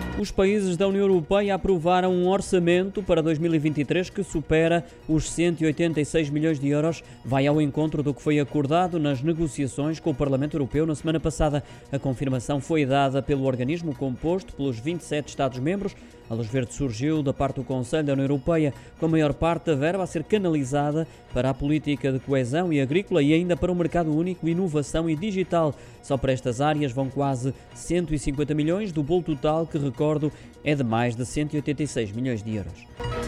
Os países da União Europeia aprovaram um orçamento para 2023 que supera os 186 milhões de euros. Vai ao encontro do que foi acordado nas negociações com o Parlamento Europeu na semana passada. A confirmação foi dada pelo organismo composto pelos 27 Estados-membros. A luz verde surgiu da parte do Conselho da União Europeia, com a maior parte da verba a ser canalizada para a política de coesão e agrícola e ainda para o mercado único, inovação e digital. Só para estas áreas vão quase 150 milhões do bolo total, que, recordo, é de mais de 186 milhões de euros.